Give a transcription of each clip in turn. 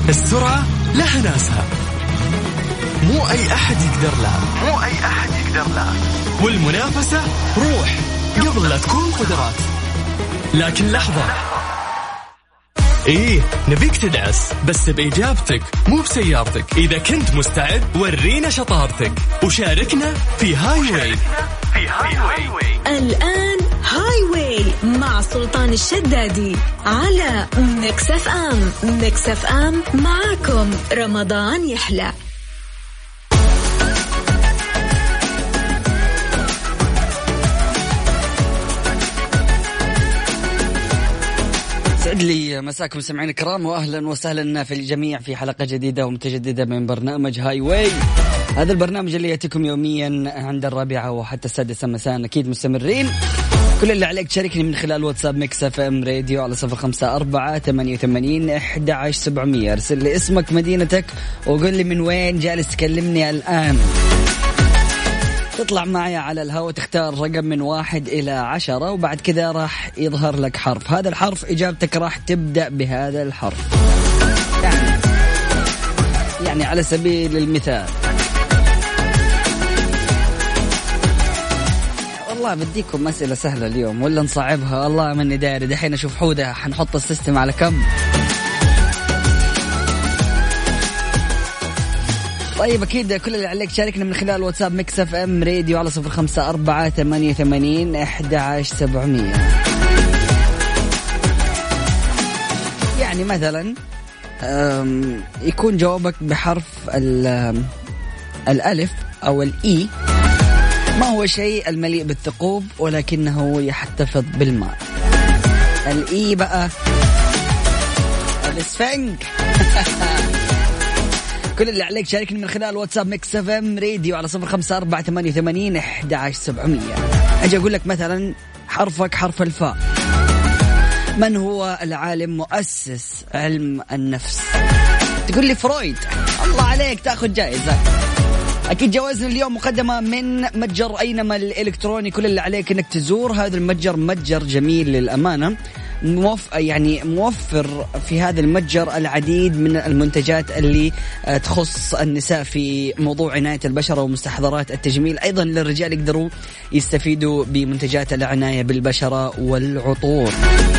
السرعة لها ناسها، مو أي أحد يقدر لها، والمنافسة روح قبل لا تكون قدرات. لكن لحظة، إيه نبيك تدعس بس بإجابتك مو بسيارتك. إذا كنت مستعد ورينا شطارتك وشاركنا في هاي واي. الآن هاي واي مع سلطان الشدادي على ميكس اف ام. ميكس اف ام معاكم رمضان يحلى. سعد لي مساكم سمعين الكرام، وأهلا وسهلا في الجميع في حلقة جديدة ومتجددة من برنامج هاي واي. هذا البرنامج اللي يأتيكم يوميا عند 4 وحتى 6 مساء، أكيد مستمرين. كل اللي عليك تشاركني من خلال واتساب ميكس اف ام راديو على 0548811700. ارسل لي اسمك مدينتك وقل لي من وين جالس تكلمني الآن. تطلع معي على الهواء، تختار رقم من 1 إلى 10 وبعد كذا راح يظهر لك حرف. هذا الحرف إجابتك راح تبدأ بهذا الحرف. يعني على سبيل المثال، والله بديكم أسئلة سهلة اليوم ولا نصعبها؟ والله مني داري. دحين أشوف حودة حنحط السيستم على كم. طيب أكيد كل اللي عليك شاركنا من خلال واتساب ميكس اف ام راديو على 0548811700. يعني مثلا يكون جوابك بحرف الألف أو الإي. ما هو شيء المليء بالثقوب ولكنه يحتفظ بالماء؟ الإي بقى الإسفنج. كل اللي عليك شاركني من خلال واتساب ميكس اف ام راديو على 0548811700. أجي أقول لك مثلا حرفك حرف الفاء. من هو العالم مؤسس علم النفس؟ تقول لي فرويد. الله عليك، تأخذ جائزة. أكيد جوازنا اليوم مقدمة من متجر أينما الإلكتروني. كل اللي عليك أنك تزور هذا المتجر، متجر جميل للأمانة، موفر في هذا المتجر العديد من المنتجات اللي تخص النساء في موضوع عناية البشرة ومستحضرات التجميل. أيضا للرجال يقدروا يستفيدوا بمنتجات العناية بالبشرة والعطور.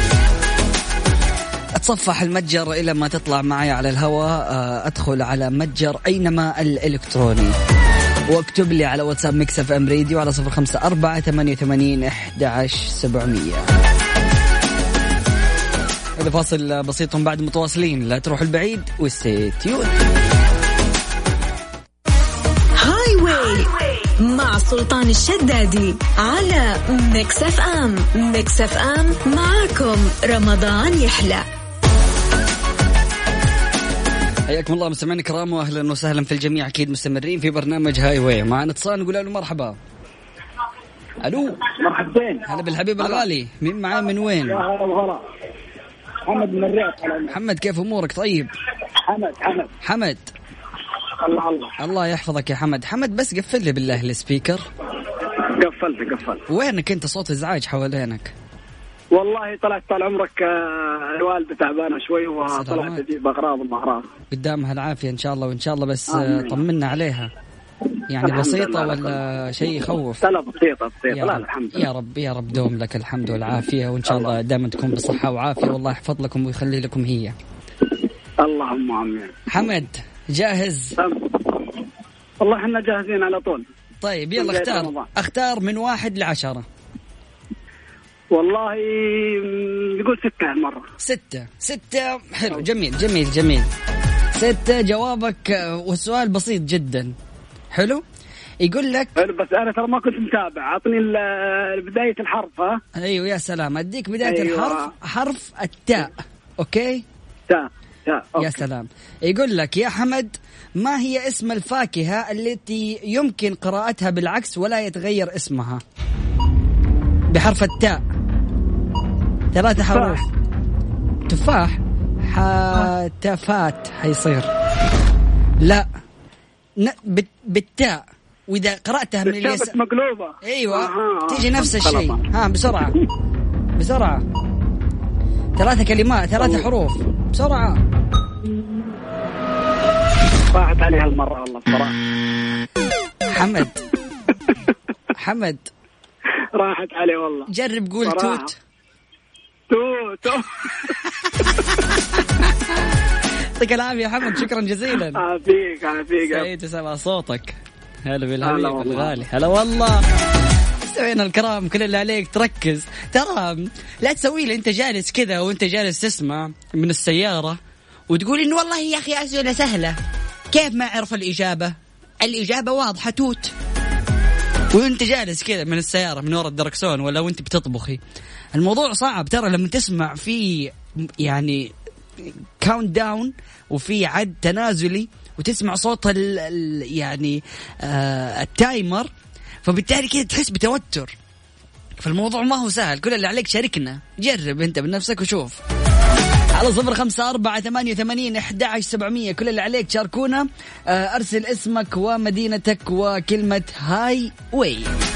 اتصفح المتجر إلى ما تطلع معي على الهواء. أدخل على متجر أينما الإلكتروني واكتب لي على واتساب ميكس اف ام راديو على 0548811700. هذا فاصل بسيط بعد متواصلين، لا تروح البعيد وستي تيون. هاي واي مع سلطان الشدادي على ميكس اف ام. ميكس اف ام معاكم رمضان يحلى. حياكم الله مستمعين الكرام، واهلا وسهلا في الجميع. اكيد مستمرين في برنامج هاي واي. معنا اتصال نقول له مرحبا. الو مرحبتين. هلا بالحبيب الغالي. مين معاه من وين؟ يا هلا وغلا. محمد من الرياض. محمد كيف امورك؟ طيب حمد الله يحفظك يا حمد. حمد بس قفل لي بالله السبيكر. قفلت. وينك انت؟ صوت ازعاج حوالينك. والله طلعت طال عمرك. الوالدة تعبانة شوي وطلعت تجيب أغراض ومهارات. قدامها العافية إن شاء الله، وإن شاء الله بس طمنا عليها. يعني بسيطة ولا شيء يخوف؟ لا بسيطة. لا الحمد لله. يا رب دوم لك الحمد والعافية، وإن شاء الله دائما تكون بصحة وعافية، والله يحفظ لكم ويخلي لكم هي. اللهم آمين. حمد جاهز؟ والله احنا جاهزين على طول. طيب يلا اختار من 1 ل 10. والله نقول 6 المرة. 6 حلو. جميل 6 جوابك. والسؤال بسيط جدا. حلو. يقول لك حلو، بس أنا ترى ما كنت متابع. عطني بداية الحرف. ها أيوة يا سلام، أديك بداية الحرف. حرف التاء. أوكي تاء. يا سلام. يقول لك يا حمد، ما هي اسم الفاكهة التي يمكن قراءتها بالعكس ولا يتغير اسمها بحرف التاء؟ 3 حروف. تفاح. حتفات حيصير. لا بالتاء، وإذا قرأتها من اليسار مقلوبة. أيوة تيجي نفس الشيء. بسرعة 3 كلمات 3 حروف بسرعة. راحت عليها المرة والله بصراحة. حمد راحت عليه والله. جرب قول صراحة. توت. يعطيك العافية يا حمد، شكرا جزيلا. عافيك. سعيد سمع صوتك. هلا بالحبيب الغالي. هلا والله. مستمعينا الكرام، كل اللي عليك تركز، ترى لا تسوي لي انت جالس كذا وانت جالس تسمع من السيارة وتقول إنه والله يا أخي أسئلة سهلة، كيف ما أعرف الإجابة واضحة توت. وانت جالس كذا من السيارة من وراء الدركسون ولا وانت بتطبخي، الموضوع صعب ترى لما تسمع في يعني كاونت داون وفي عد تنازلي وتسمع صوت يعني التايمر، فبالتالي كده تحس بتوتر. فالموضوع ما هو سهل. كل اللي عليك شاركنا، جرب انت بنفسك وشوف على 0548811700. كل اللي عليك شاركونا، ارسل اسمك ومدينتك وكلمة هاي واي.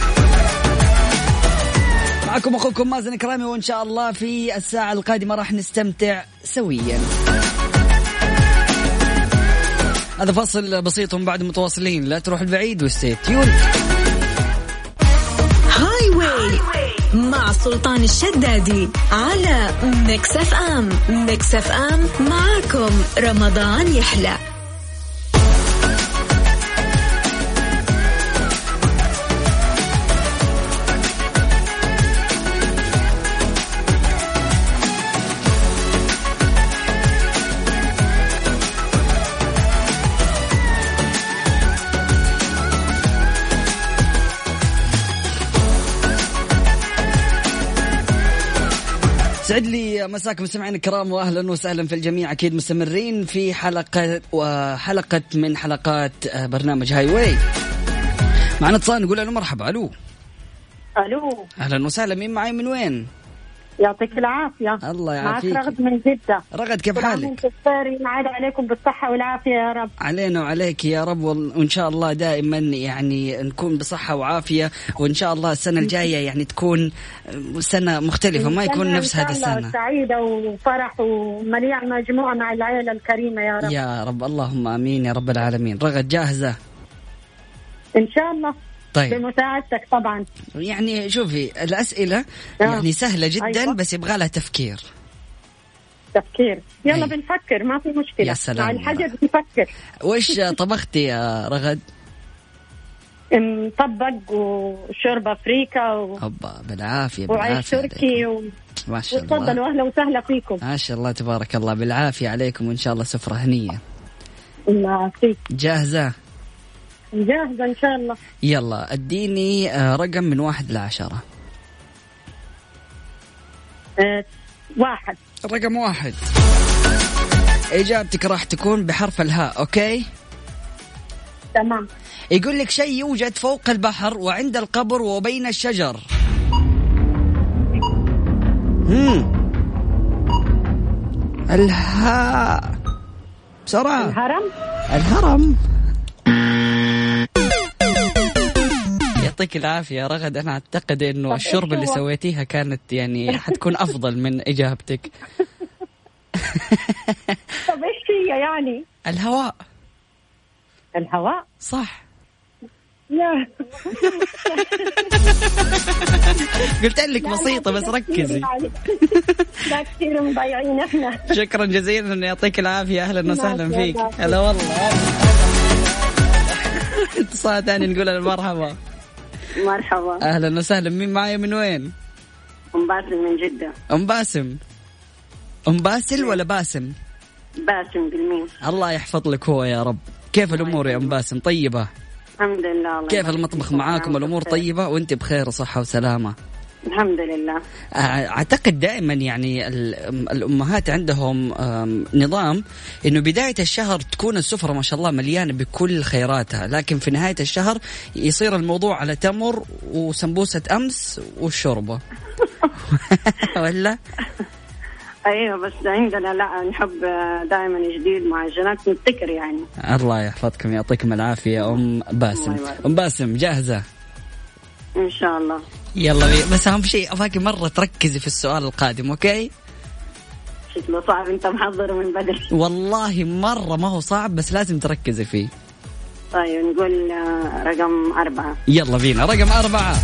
معكم اخوكم مازن كرامي، وان شاء الله في الساعة القادمة راح نستمتع سويا. هذا فاصل بسيط وبعد متواصلين، لا تروح البعيد وستي تيون. هاي واي مع سلطان الشدادي على ميكس اف ام. ميكس اف ام معكم رمضان يحلى. سعد لي مساكم مستمعين الكرام، واهلا وسهلا في الجميع. اكيد مستمرين في حلقه من حلقات برنامج هاي واي. معنا اتصال نقول له مرحبا. الو اهلا وسهلا. مين معي من وين؟ يعطيك العافية. الله يعافيك. معك رغد من جدة. رغد كيف حالك؟ ينعاد عليكم بالصحة والعافية يا رب. علينا وعليك يا رب، وإن شاء الله دائما يعني نكون بصحة وعافية، وإن شاء الله السنة الجاية يعني تكون سنة مختلفة، ما يكون نفس هذا السنة. سعيدة وفرح ومليئة مجموعة مع العائلة الكريمة يا رب. يا رب اللهم آمين يا رب العالمين. رغد جاهزة؟ إن شاء الله. طيب بمساعدتك طبعا. يعني شوفي الأسئلة يعني سهلة جدا. أيوة. بس يبغى لها تفكير. يلا بنفكر، ما في مشكلة. يا سلام. مع الحاجة بنفكر. وش طبختي يا رغد؟ مطبق وشوربة فريكة هبا بالعافية وعيش تركي ما شاء الله. وتفضلوا أهلا وسهلا فيكم. ما شاء الله تبارك الله، بالعافية عليكم، وإن شاء الله سفرة هنية. الله فيك. جاهزة إن شاء الله. يلا اديني رقم من 1 إلى 10. 1. رقم 1. إجابتك راح تكون بحرف الهاء. أوكي تمام. يقول لك شيء يوجد فوق البحر وعند القبر وبين الشجر. الهاء بسرعة. الهرم. يعطيك العافية يا رغد. أنا أعتقد إنه الشرب اللي سويتيها كانت يعني حتكون أفضل من إجابتك. طب إيش هي يعني؟ الهواء صح. قلت لك بسيطة بس ركزي. لا كثير مضيعين احنا. شكرا جزيلا، يعطيك العافية. أهلا وسهلا فيك. هلا والله. اتصال ثاني نقول المرحبا. مرحبا. أهلا وسهلا. مين معايا من وين؟ أم باسم من جدة. أم باسم. أم باسل ولا باسم؟ باسم بالميم. الله يحفظ لك هو يا رب. كيف الأمور يا أم باسم؟ طيبة؟ الحمد لله. كيف المطبخ معاكم؟ الأمور طيبة وأنت بخير وصحة وسلامة؟ الحمد لله. أعتقد دائما يعني الأمهات عندهم نظام إنه بداية الشهر تكون السفرة ما شاء الله مليانة بكل خيراتها، لكن في نهاية الشهر يصير الموضوع على تمر وسمبوسة أمس والشوربة. ولا؟ أيوة بس عندنا لا نحب دائما جديد معجنات نبتكر يعني. الله يحفظكم، يعطيكم العافية أم باسم. أم باسم جاهزة؟ إن شاء الله. يلا بس أهم شيء أبغاكي مرة تركزي في السؤال القادم. أوكي؟ شكله صعب، أنت محضر من بدري. والله مرة ما هو صعب، بس لازم تركزي فيه. طيب نقول رقم 4. يلا بينا رقم 4.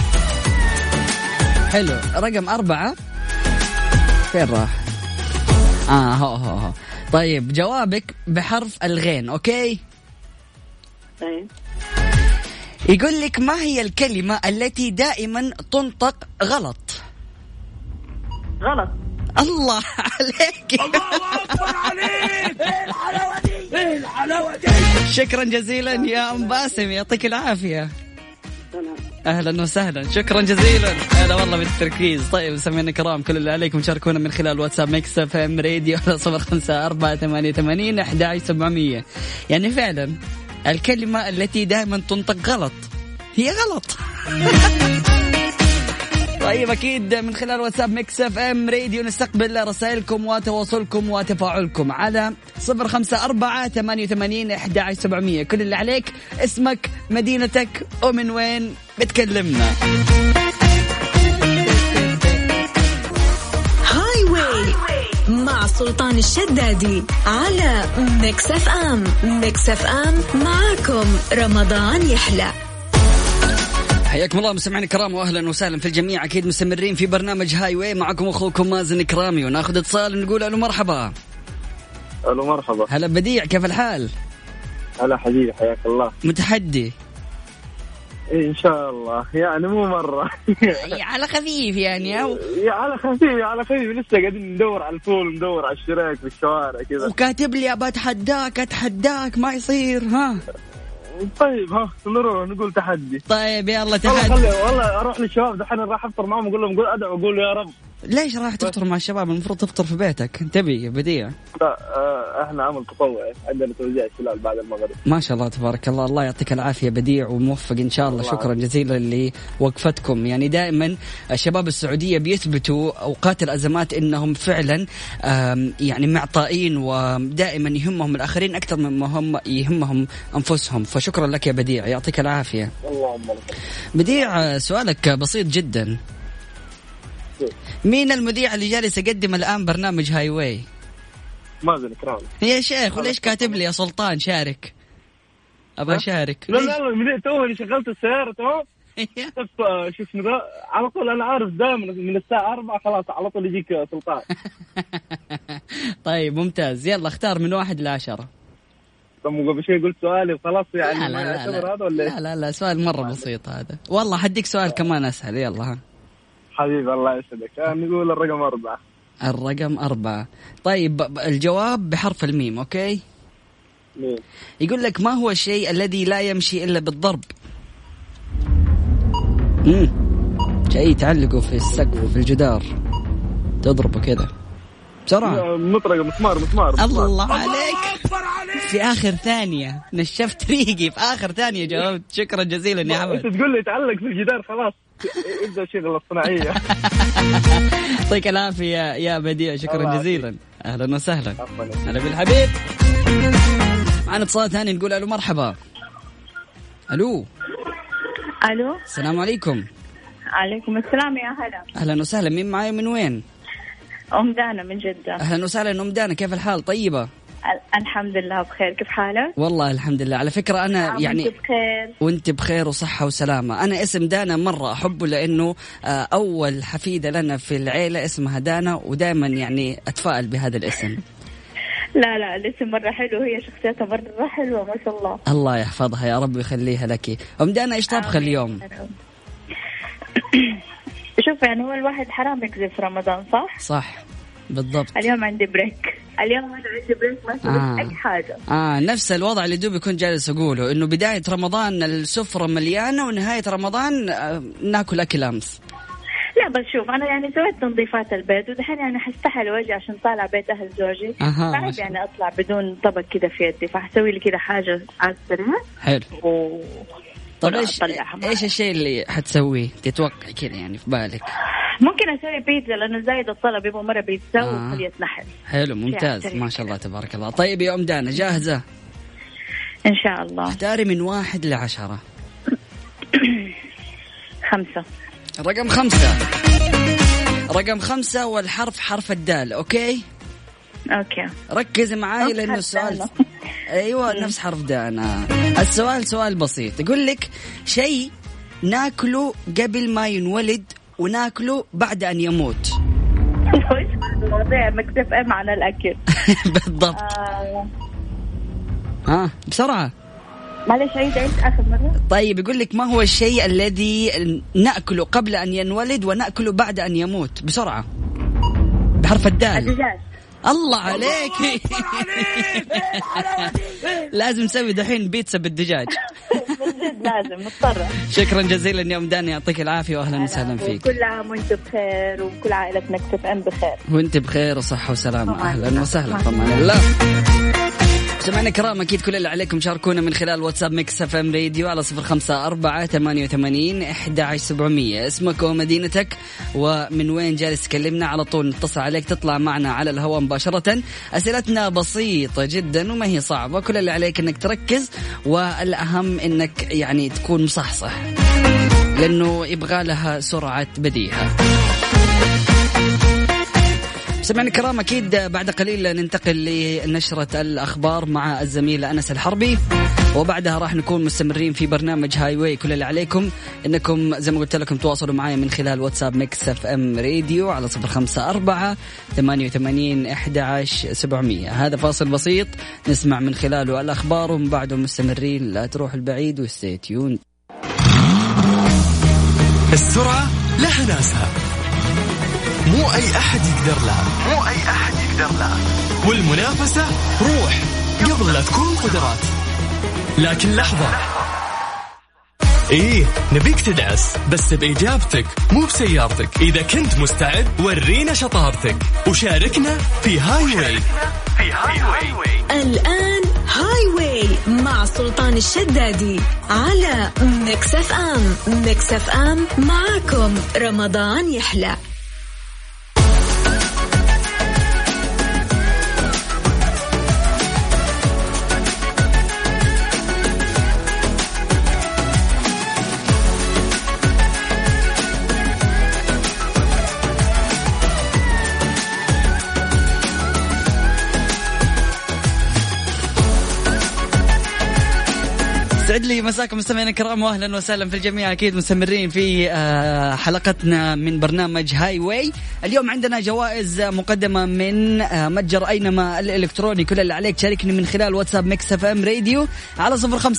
حلو، رقم 4 فين راح؟ هو. طيب جوابك بحرف الغين. أوكي. طيب يقول لك ما هي الكلمة التي دائما تنطق غلط؟ غلط. الله عليك. الله أكبر عليك. ايه الحلاوة دي. شكرا جزيلا يا أم باسم، يعطيك العافية. أهلا وسهلا، شكرا جزيلا. هلا والله بالتركيز. طيب سمعنا كرام، كل اللي عليكم شاركونا من خلال واتساب ميكس اف ام راديو 0548811700. يعني فعلا الكلمة التي دائما تنطق غلط هي غلط. طيب أكيد من خلال واتساب ميكس اف ام راديو نستقبل رسائلكم وتواصلكم وتفاعلكم على 0548811700. كل اللي عليك اسمك، مدينتك، ومن وين بتكلمنا. هاي واي مع سلطان الشدادي على ميكس اف ام. ميكس اف ام معاكم رمضان يحلى. حياكم الله مستمعينا الكرام، واهلا وسهلا في الجميع. اكيد مستمرين في برنامج هاي واي، معكم اخوكم مازن كرامي، وناخذ اتصال نقول الو مرحبا. الو مرحبا. هلا بديع، كيف الحال؟ هلا حبيبي، حياك الله. متحدي؟ إيه إن شاء الله، يعني مو مرة. على خفيف يعني، أو على خفيف لسه قاعدين ندور على الفول، ندور على الشراك في الشوارع كذا. وكاتب لي أبى أتحداك ما يصير. ها طيب ها نروح نقول تحدي. طيب يلا تحدي. والله أروح للشباب دحين، راح أفطر معهم أقول لهم أدعو أقول يا رب. ليش راح تفطر مع الشباب؟ المفروض تفطر في بيتك. انتبه يا بديع. لا احنا عمل تطوعي، عندنا توزيع الشلال بعد المغرب. ما شاء الله تبارك الله. الله يعطيك العافية بديع وموفق إن شاء الله. شكرا جزيلا لوقفتكم. يعني دائما الشباب السعودية بيثبتوا أوقات الأزمات إنهم فعلا يعني معطائين، ودائما يهمهم الآخرين أكثر مما هم يهمهم أنفسهم. فشكرا لك يا بديع، يعطيك العافية. اللهم لك. بديع سؤالك بسيط جدا. مين المذيع اللي جالس يقدم الآن برنامج هاي واي؟ مازن كرامي. يا شيخ وليش كاتب لي يا سلطان شارك؟ أبغى أشارك. لا من توي شغلت السيارة تمام. شو اسمه ذا على طول، أنا عارف دائما من الساعة 4 خلاص على طول يجيك سلطان. طيب ممتاز، يلا اختار من 1 ل 10. طب قبل شوي قلت سؤالي وخلاص يعني. لا سؤال مرة بسيط هذا. والله حديك سؤال كمان أسهل. يلا ها حبيبي الله يسعدك. نقول الرقم 4. الرقم 4. طيب الجواب بحرف الميم. أوكي. ميم. يقول لك ما هو الشيء الذي لا يمشي إلا بالضرب؟ شيء تعلقه في السقف وفي الجدار تضربه كده بسرعة. مطرقة مسمار. الله عليك، في آخر ثانية نشفت ريقي، في آخر ثانية جاوبت. شكرا جزيلا يا حمد. أنت تقول لي تعلق في الجدار خلاص ابدأ شغل الصناعية. يعطيك العافية يا بديع، شكرا جزيلا. أهلا وسهلا. هلا بالحبيب. معنا اتصال ثاني نقول ألو مرحبا. ألو السلام عليكم. عليكم السلام يا هلا. أهلا وسهلا. مين معاي من وين؟ أم دانا من جدة. أهلا وسهلا أم دانا، كيف الحال؟ طيبة الحمد لله بخير، كيف حالك؟ والله الحمد لله. على فكرة أنا يعني بخير. وانت بخير وصحة وسلامة. أنا اسم دانا مرة أحبه لأنه أول حفيدة لنا في العيلة اسمها دانا، ودائما يعني أتفائل بهذا الاسم. لا الاسم مرة حلو، هي شخصيتها مرة حلوة ما شاء الله. الله يحفظها يا رب ويخليها لك. أم دانا إيش طبخ اليوم؟ شوف يعني هو الواحد حرام يكذب في رمضان صح بالضبط. اليوم عندي بريك، ما سويت أي حاجة. نفس الوضع اللي دوب يكون جالس أقوله، إنه بداية رمضان السفرة مليانة ونهاية رمضان ناكل أكل أمس. لا بس شوف أنا يعني سويت تنظيفات البيت، ودحين يعني حستحل وجهي عشان طالع بيت أهل زوجي. صعب يعني أطلع بدون طبق كده في يدي، فحسوي لي كده حاجة على السريع. حلو. طب إيش الشيء اللي حتسويه تتوقع كده يعني في بالك؟ ممكن أسوي بيتزا لأنه زايد الطلب يبغى مرة بيتزا وخلية نحل. حلو ممتاز ما شاء الله تبارك الله. طيب يا أم دانا جاهزة؟ إن شاء الله. اختاري من 1 ل 10. 5. رقم 5 والحرف حرف الدال. أوكي أوكي ركز معاي لأنه السؤال أيوة نفس حرف دانا. السؤال سؤال بسيط، يقول لك شيء ناكله قبل ما ينولد وناكله بعد أن يموت. المواضيع مكتب معنى الأكل. بالضبط. بسرعة. معلش عيد آخر مرة. طيب يقول لك ما هو الشيء الذي نأكله قبل أن ينولد ونأكله بعد أن يموت؟ بسرعة بحرف الدال. الدجاج. الله عليك. لازم نسوي دحين بيتزا بالدجاج. لازم مضطرة. شكرا جزيلا يا أم داني، يعطيك العافية وأهلا وسهلا فيك. كل عام وانت بخير وكل عائلة مكتب أم بخير. وانت بخير وصحة وسلامة. أهلا وسهلا. طبعا الله. سمعنا كرام، أكيد كل اللي عليكم شاركونا من خلال واتساب ميكس اف ام راديو على 0548811700. اسمك ومدينتك ومن وين جالس تكلمنا، على طول نتصل عليك تطلع معنا على الهواء مباشرة. أسئلتنا بسيطة جدا وما هي صعبة، كل اللي عليك انك تركز، والأهم انك يعني تكون مصحصح لأنه يبغى لها سرعة بديهة. سمعنا الكرام، أكيد بعد قليل ننتقل لنشرة الأخبار مع الزميل أنس الحربي، وبعدها راح نكون مستمرين في برنامج هاي واي. كل اللي عليكم إنكم زي ما قلت لكم تواصلوا معي من خلال واتساب ميكس اف ام راديو على 0548811700. هذا فاصل بسيط نسمع من خلاله الأخبار ومن بعده مستمرين. لا تروح البعيد وستيتيون. السرعة لها ناسها، مو أي أحد يقدر لها، والمنافسة روح قبل لا تكون قدرات. لكن لحظة، إيه نبيك تدعس بس بإجابتك مو بسيارتك. إذا كنت مستعد ورينا شطارتك وشاركنا في هاي واي. الآن هاي واي مع سلطان الشدادي على ميكس اف ام. ميكس اف ام معكم رمضان يحلى. سعد لي مساكم مستمعينا الكرام واهلا وسهلا في الجميع. اكيد مستمرين في حلقتنا من برنامج هاي واي. اليوم عندنا جوائز مقدمه من متجر اينما الالكتروني. كل اللي عليك تشاركني من خلال واتساب ميكس اف ام راديو على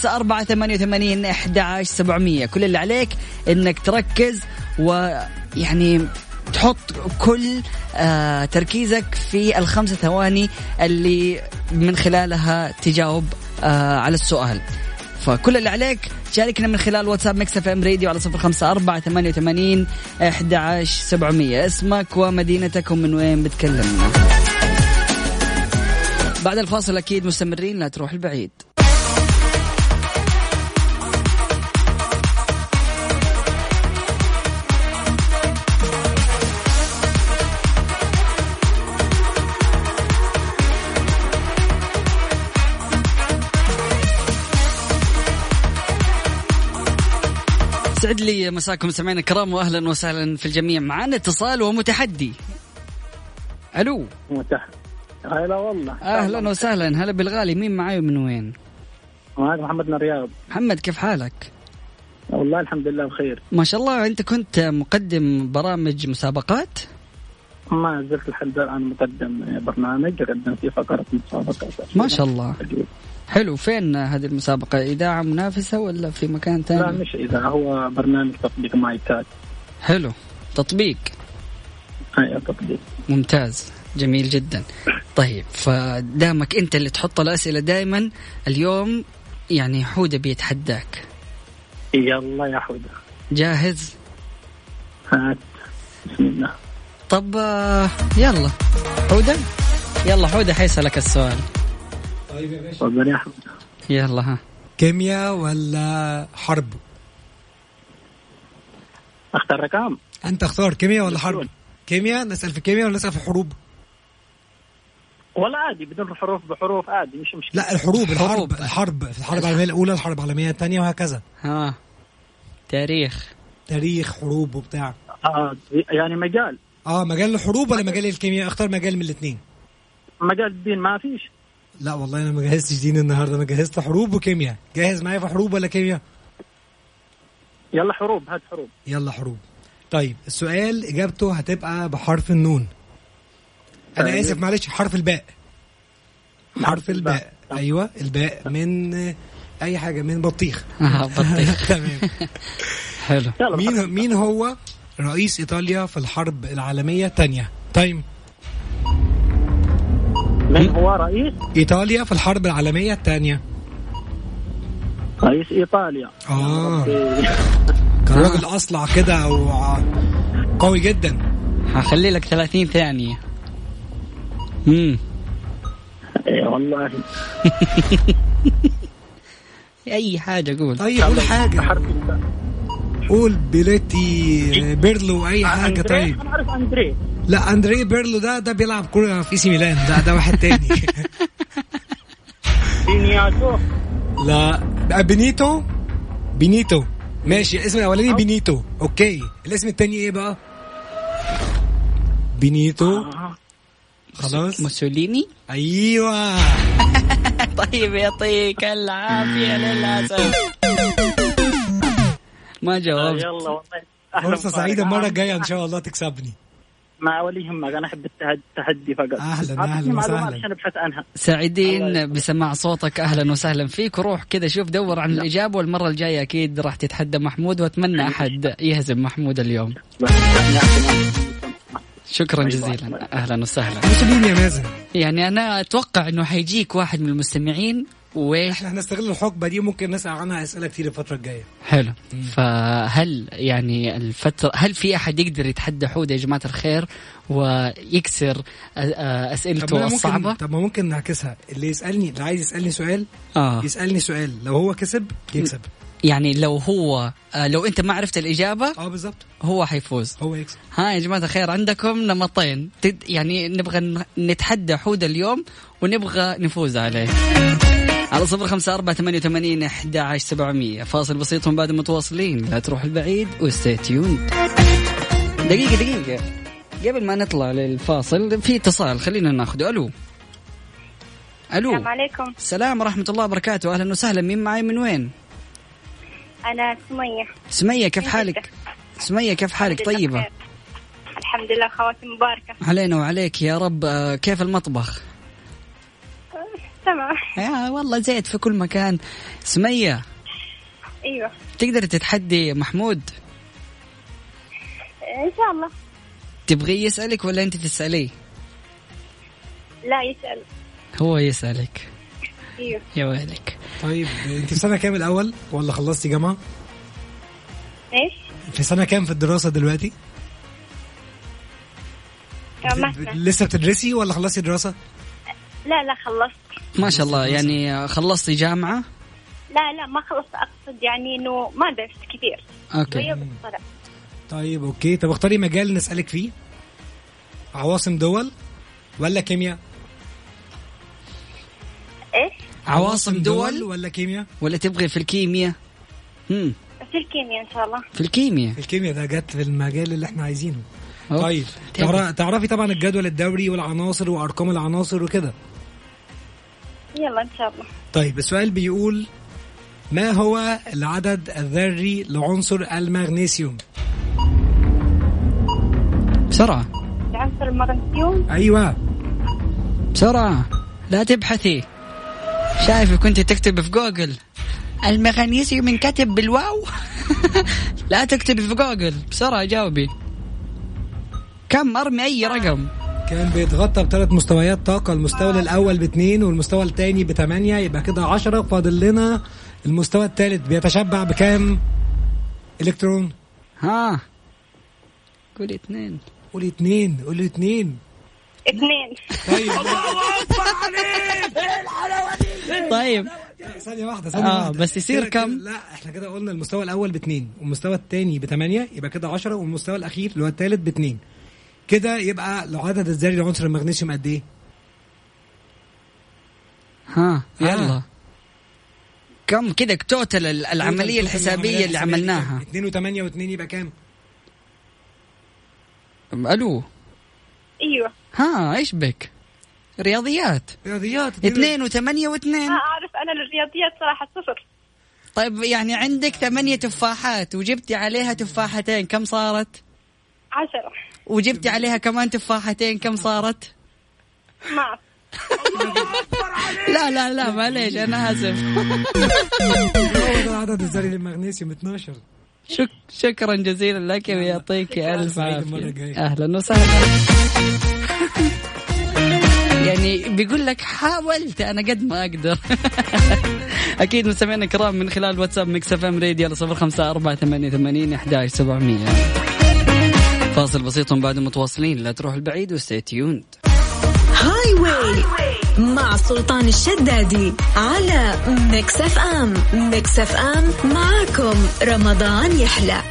0548811700. كل اللي عليك انك تركز ويعني تحط كل تركيزك في ال5 ثواني اللي من خلالها تجاوب على السؤال. فكل اللي عليك شاركنا من خلال واتساب ميكس اف ام راديو على 0548811700. اسمك ومدينتك ومن وين بتكلمنا. بعد الفاصل أكيد مستمرين، لا تروح البعيد. سعد لي مساكم سمعنا الكرام واهلا وسهلا في الجميع. معنا اتصال ومتحدي. الو هلا والله. اهلا وسهلا. هلا بالغالي. مين معاي من وين؟ معك محمد من الرياض. محمد كيف حالك؟ والله الحمد لله بخير ما شاء الله. انت كنت مقدم برامج مسابقات؟ ما زلت لحد الان مقدم برنامج اقدم فيه فقره مسابقات. ما شاء الله حلو. فين هذه المسابقة؟ إذاعة منافسة ولا في مكان ثاني؟ لا مش إذاعة، هو برنامج تطبيق مايكات. حلو. تطبيق. أي تطبيق. ممتاز جميل جدا. طيب فدامك أنت اللي تحط الأسئلة دائما، اليوم يعني حودة بيتحداك. يلا يا حودة. جاهز؟ هات بسم الله. طب يلا حودة. يلا حودة حيسألك السؤال. طيب يا باشا. يلا ها. كيمياء ولا حرب؟ اختار رقم. انت اختار كيمياء ولا حرب. كيمياء. نسأل في كيمياء ولا نسأل في حروب؟ ولا عادي بدون حروف بحروف عادي مش مشكلة. لا الحروب. الحرب في الحرب العالمية الأولى، الحرب العالمية الثانية وهكذا. ها تاريخ حروب وبتاع. يعني مجال. مجال الحروب ولا مجال الكيمياء؟ اختار مجال من الاثنين. مجال الدين ما فيش. لا والله انا ما جهزتش دين النهارده، انا جهزت حروب وكيمياء. جاهز معايا في حروب ولا كيمياء؟ يلا حروب، هات حروب. يلا حروب. طيب السؤال اجابته هتبقى بحرف النون. انا اسف معلش، حرف الباء. حرف الباء. ايوه الباء من اي حاجه، من بطيخ. بطيخ. تمام. حلو. مين هو رئيس ايطاليا في الحرب العالميه الثانيه؟ تايم. من هو رئيس ايطاليا في الحرب العالميه الثانيه؟ رئيس ايطاليا. كان راجل اصلع كده قوي جدا. هخلي لك 30 ثانيه. والله. اي حاجه قول. طيب قول حاجه. قول بيليتي بيرلو اي حاجه. طيب انا عارف اندري. لا اندري بيرلو ده بيلعب كوره في سي ميلان. ده واحد تاني. بينياتو. لا بينيتو. ماشي اسم الاولاني بينيتو. اوكي الاسم التاني ايه بقى؟ بينيتو. خلاص. موسوليني. ايوه. طيب يعطيك العافيه. للاسف ما جاوبت. يلا والله فرصه سعيده المره الجايه ان شاء الله تكسبني. ما ولي يهمك، انا احب التحدي فقط. اهلا وسهلا. عشان ابحث عنها. سعيدين بسماع صوتك. اهلا وسهلا فيك. وروح كذا شوف دور عن الاجابه، والمره الجايه اكيد راح تتحدى محمود، واتمنى احد يهزم محمود اليوم. شكرا جزيلا. اهلا وسهلا. مسلمين يا مازن. يعني انا اتوقع انه حيجيك واحد من المستمعين احنا هنستغل الحقبه دي، ممكن نسال عنها اسئله كتير الفتره الجايه. حلو. فهل يعني الفتره، هل في احد يقدر يتحدى حود يا جماعه الخير ويكسر اسئلته الصعبه؟ طب ما ممكن نعكسها. اللي عايز يسالني سؤال يسالني سؤال، لو هو كسب يكسب. يعني لو انت ما عرفت الاجابه بالضبط هو حيفوز، هو يكسب. ها يا جماعه الخير، عندكم نمطين. يعني نبغى نتحدى حود اليوم ونبغى نفوز عليه على 0548811700. فاصل بسيط وبعد متواصلين. لا تروح البعيد وستي تيوند. دقيقة قبل ما نطلع للفاصل في اتصال خلينا ناخذه. الو. السلام عليكم. السلام ورحمة الله وبركاته. اهلا وسهلا. مين معي من وين؟ انا سمية. كيف حالك سمية؟ كيف حالك؟ طيبة الحمد لله. خواتم مباركة علينا وعليك يا رب. كيف المطبخ؟ تمام يا والله زيت في كل مكان. سمية. ايوه. تقدر تتحدي محمود؟ ان شاء الله. تبغي يسألك ولا انت تسأليه؟ لا يسأل. هو يسألك. ايوه. يا ويلك. طيب انت في سنة كام الأول ولا خلصتي جامعة؟ ايش؟ في سنة كام في الدراسة دلوقتي؟ لسه بتدرسي ولا خلصتي دراسة؟ لا خلصت. ما شاء الله. يعني خلصتي جامعة؟ لا ما خلصت. أقصد يعني إنه ما درست كثير. أوكي. طيب أوكي. طب اختاري مجال نسألك فيه. عواصم دول ولا كيمياء؟ إيش؟ عواصم دول ولا كيمياء؟ ولا تبغي في الكيمياء؟ في الكيمياء إن شاء الله. في الكيمياء. ده جت في المجال اللي احنا عايزينه. طيب تعرفي طبعا الجدول الدوري والعناصر وأرقام العناصر وكده. يلا إن شاء الله. طيب السؤال بيقول ما هو العدد الذري لعنصر المغنيسيوم؟ بسرعة. عنصر المغنيسيوم. أيوة بسرعة لا تبحثي. شايفة كنت تكتب في جوجل المغنيسيوم منكتب بالواو. لا تكتب في جوجل. بسرعة جاوبي. كم؟ أرمي أي رقم. كان بيتغطى ب3 مستويات طاقة. المستوى الأول ب2 والمستوى الثاني ب8. يبقى كده 10. فاضل لنا المستوى الثالث بيتشبع بكام إلكترون؟ ها قولي 2. قولي 2. 2. طيب طيب ثانية واحدة. بس يصير كم؟ لا احنا كده قلنا المستوى الأول ب2 والمستوى الثاني ب8. يبقى كده 10. والمستوى الأخير اللي هو الثالث ب2. كده يبقى لو عدد الذري لعنصر المغنيسيوم قد ايه؟ يلا كم كده توتال العملية الحسابية اللي عملناها؟ 2 و8 و2 يبقى كام؟ الو. ايوه. ايش بك؟ رياضيات 2 و8 و2. ما أعرف أنا الرياضيات صراحة 0. طيب يعني عندك 8 تفاحات وجبتي عليها تفاحتين، كم صارت؟ 10. وجبتي عليها كمان تفاحتين، كم صارت؟ ما لا معليش أنا آسف. عدد الذري للمغنيسيوم 12. شكرا جزيلا لك ويعطيك ألف عافية. أهلا وسهلا. يعني بيقول لك حاولت أنا قد ما أقدر. أكيد مستمعينا الكرام من خلال واتساب ميكس اف ام راديو على 0548811700. فاصل بسيط بعد متواصلين، لا تروح البعيد وستي تيوند. هاي واي مع سلطان الشدادي على ميكس اف ام. ميكس اف ام معكم رمضان يحلى.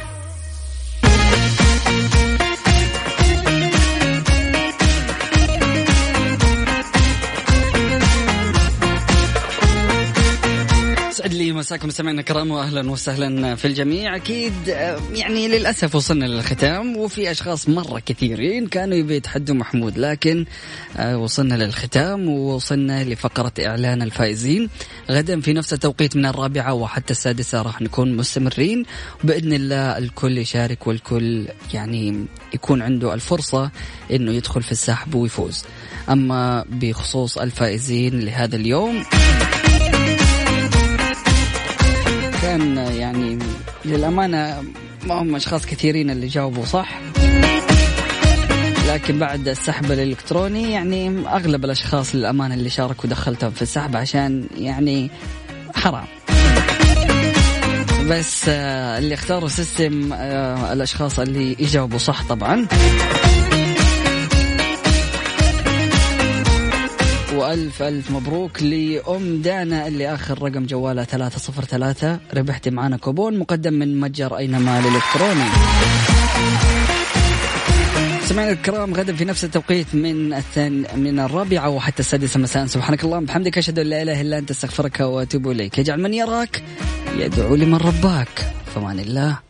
يسعد لي مساكم مستمعينا الكرام واهلا وسهلا في الجميع. اكيد يعني للاسف وصلنا للختام، وفي اشخاص مره كثيرين كانوا يبي يتحدوا محمود، لكن وصلنا للختام ووصلنا لفقره اعلان الفائزين. غدا في نفس التوقيت من 4 وحتى 6 راح نكون مستمرين باذن الله. الكل يشارك والكل يعني يكون عنده الفرصه انه يدخل في السحب ويفوز. اما بخصوص الفائزين لهذا اليوم كان يعني للأمانة ما هم أشخاص كثيرين اللي جاوبوا صح، لكن بعد السحب الإلكتروني يعني أغلب الأشخاص للأمانة اللي شاركوا دخلتهم في السحب عشان يعني حرام. بس اللي اختاروا سيستم الأشخاص اللي يجاوبوا صح طبعا. وألف مبروك لأم دانا اللي آخر رقم جوالها 303. ربحت معنا كوبون مقدم من متجر أينما الإلكتروني. سمعنا الكرام غدا في نفس التوقيت من 4 وحتى 6 مساء. سبحانك اللهم بحمدك أشهد أن لا إله إلا أنت استغفرك وأتوب إليك. يجعل من يراك يدعو لمن رباك. فمان الله.